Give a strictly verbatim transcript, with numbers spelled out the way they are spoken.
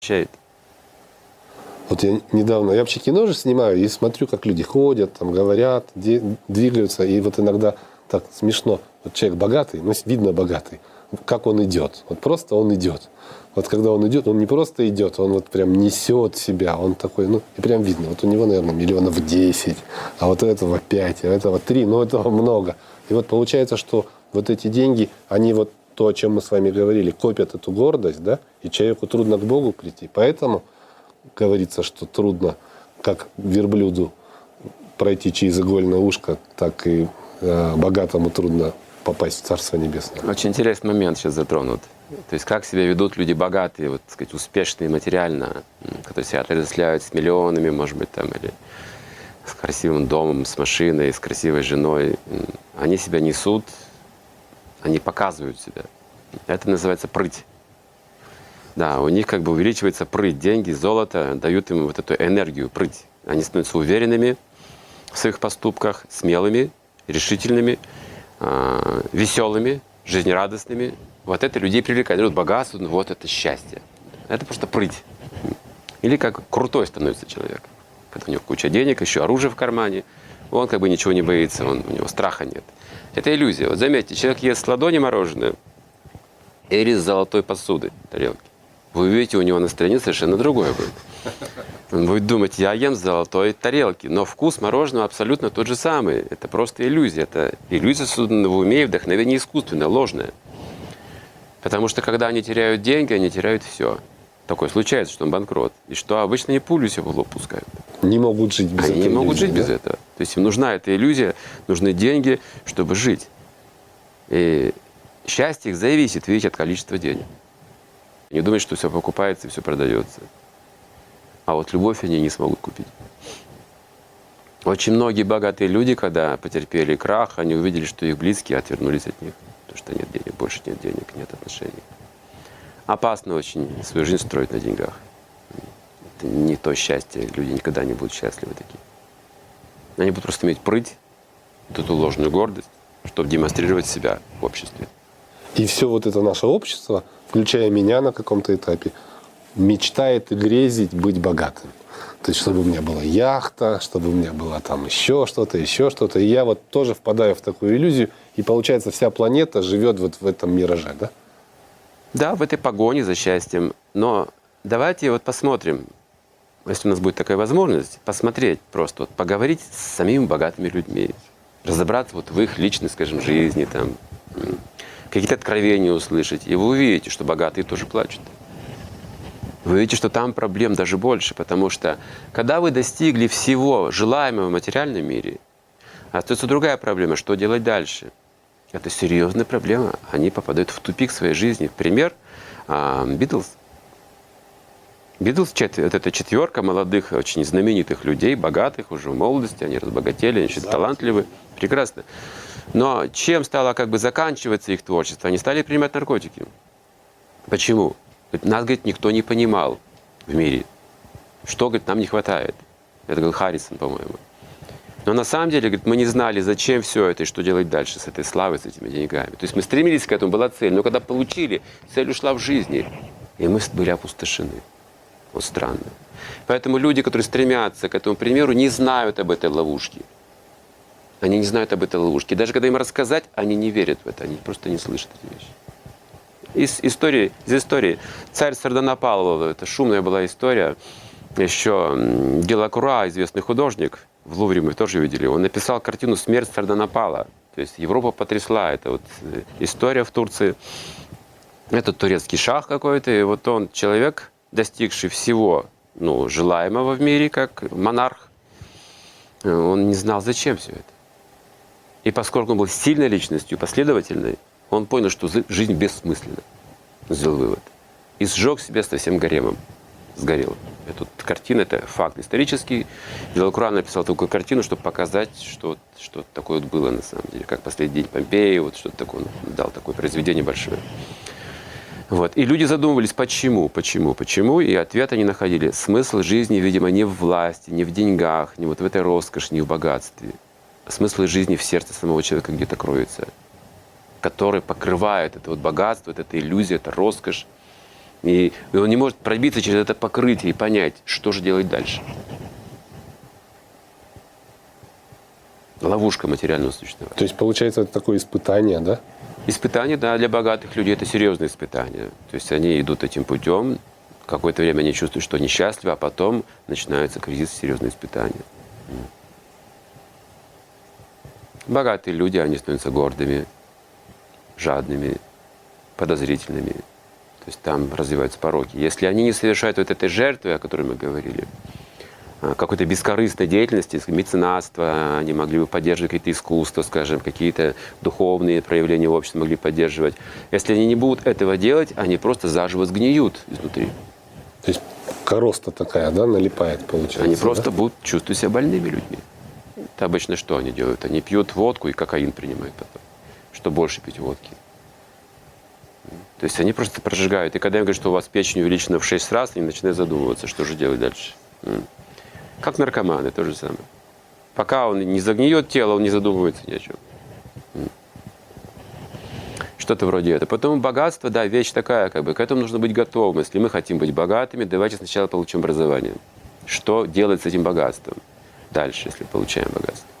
Чает. Вот я недавно, я вообще кино же снимаю и смотрю, как люди ходят, там говорят, двигаются, и вот иногда так смешно. Вот человек богатый, ну видно богатый, как он идет. Вот просто он идет. Вот когда он идет, он не просто идет, он вот прям несет себя, он такой, ну и прям видно. Вот у него, наверное, миллионов десять, а вот у этого пять, а у этого три, ну этого много. И вот получается, что вот эти деньги, они вот то, о чем мы с вами говорили, копят эту гордость, да, и человеку трудно к Богу прийти. Поэтому говорится, что трудно как верблюду пройти через игольное ушко, так и э, богатому трудно попасть в Царство Небесное. Очень интересный момент сейчас затронут. То есть как себя ведут люди богатые, вот, так сказать, успешные материально, которые себя отождествляют с миллионами, может быть, там, или с красивым домом, с машиной, с красивой женой. Они себя несут, они показывают себя. Это называется прыть. Да, у них как бы увеличивается прыть. Деньги, золото дают им вот эту энергию, прыть. Они становятся уверенными в своих поступках, смелыми, решительными, э, веселыми, жизнерадостными. Вот это людей привлекает. Вот богатство, ну вот это счастье. Это просто прыть. Или как крутой становится человек. Когда у него куча денег, еще оружие в кармане. Он как бы ничего не боится, он, у него страха нет. Это иллюзия. Вот заметьте, человек ест с ладони мороженое или с золотой посуды, тарелки. Вы увидите, у него настроение совершенно другое будет. Он будет думать, я ем с золотой тарелки, но вкус мороженого абсолютно тот же самый. Это просто иллюзия. Это иллюзия созданная в уме и вдохновение искусственное, ложное. Потому что когда они теряют деньги, они теряют все. Такое случается, что он банкрот. И что обычно не пулю себе в лоб пускают. Не могут жить без Они этой не могут иллюзии, жить да? без этого. То есть им нужна эта иллюзия, нужны деньги, чтобы жить. И счастье их зависит, видите, от количества денег. Не думают, что все покупается и все продается. А вот любовь они не смогут купить. Очень многие богатые люди, когда потерпели крах, они увидели, что их близкие отвернулись от них. Потому что нет денег, больше нет денег, нет отношений. Опасно очень свою жизнь строить на деньгах. Это не то счастье. Люди никогда не будут счастливы такие. Они будут просто иметь прыть, вот эту ложную гордость, чтобы демонстрировать себя в обществе. И все вот это наше общество, включая меня на каком-то этапе, мечтает и грезит быть богатым. То есть, чтобы у меня была яхта, чтобы у меня было там еще что-то, еще что-то. И я вот тоже впадаю в такую иллюзию, и получается, вся планета живет вот в этом мираже, да? Да, в этой погоне за счастьем. Но давайте вот посмотрим, если у нас будет такая возможность, посмотреть просто, вот, поговорить с самими богатыми людьми, разобраться вот в их личной, скажем, жизни, там, какие-то откровения услышать. И вы увидите, что богатые тоже плачут. Вы увидите, что там проблем даже больше, потому что когда вы достигли всего желаемого в материальном мире, остается другая проблема, что делать дальше. Это серьезная проблема. Они попадают в тупик своей жизни. Пример Битлз. Битлз — это четверка молодых, очень знаменитых людей, богатых уже в молодости, они разбогатели, они очень талантливы, прекрасно. Но чем стало как бы заканчиваться их творчество? Они стали принимать наркотики. Почему? Нас, говорит, никто не понимал в мире. Что, говорит, нам не хватает. Это говорил Харрисон, по-моему. Но на самом деле, говорит, мы не знали, зачем все это и что делать дальше с этой славой, с этими деньгами. То есть мы стремились к этому, была цель. Но когда получили, цель ушла в жизни. И мы были опустошены. Вот странно. Поэтому люди, которые стремятся к этому примеру, не знают об этой ловушке. Они не знают об этой ловушке. И даже когда им рассказать, они не верят в это. Они просто не слышат эти вещи. Из истории, из истории. Царь Сарданапал, это шумная была история. Еще Делакруа, известный художник, в Лувре мы тоже видели, он написал картину «Смерть Сарданапала». То есть Европа потрясла. Это вот история в Турции. Это турецкий шах какой-то. И вот он человек, достигший всего, ну, желаемого в мире, как монарх, он не знал, зачем все это. И поскольку он был сильной личностью, последовательной, он понял, что жизнь бессмысленна. Сделал вывод. И сжег себя со всем гаремом. Сгорел. Эта картина — это факт исторический. Делакруа написал такую картину, чтобы показать, что что такое вот было на самом деле. Как «Последний день Помпеи», вот что-то такое. Он дал такое произведение большое. Вот. И люди задумывались, почему, почему, почему, и ответа не находили. Смысл жизни, видимо, не в власти, не в деньгах, не вот в этой роскоши, не в богатстве. Смысл жизни в сердце самого человека где-то кроется, который покрывает это вот богатство, это иллюзия, это роскошь. И он не может пробиться через это покрытие и понять, что же делать дальше. Ловушка материального существования. То есть, получается, это такое испытание, да? Испытание, да, для богатых людей это серьезное испытание. То есть они идут этим путем, какое-то время они чувствуют, что несчастливы, а потом начинается кризис, серьезные испытания. Богатые люди, они становятся гордыми, жадными, подозрительными. То есть там развиваются пороки. Если они не совершают вот этой жертвы, о которой мы говорили, какой-то бескорыстной деятельности, меценатства, они могли бы поддерживать какие-то искусства, скажем, какие-то духовные проявления общества могли поддерживать. Если они не будут этого делать, они просто заживо сгниют изнутри. То есть короста такая, да, налипает, получается. Они просто да? будут чувствовать себя больными людьми. Это обычно что они делают? Они пьют водку и кокаин принимают потом. Что больше пить водки. То есть они просто прожигают. И когда я говорю, что у вас печень увеличена в шесть раз, они начинают задумываться, что же делать дальше. Как наркоманы, то же самое. Пока он не загниет тело, он не задумывается ни о чем. Что-то вроде этого. Потом богатство, да, вещь такая, как бы, к этому нужно быть готовым. Если мы хотим быть богатыми, давайте сначала получим образование. Что делать с этим богатством дальше, если получаем богатство?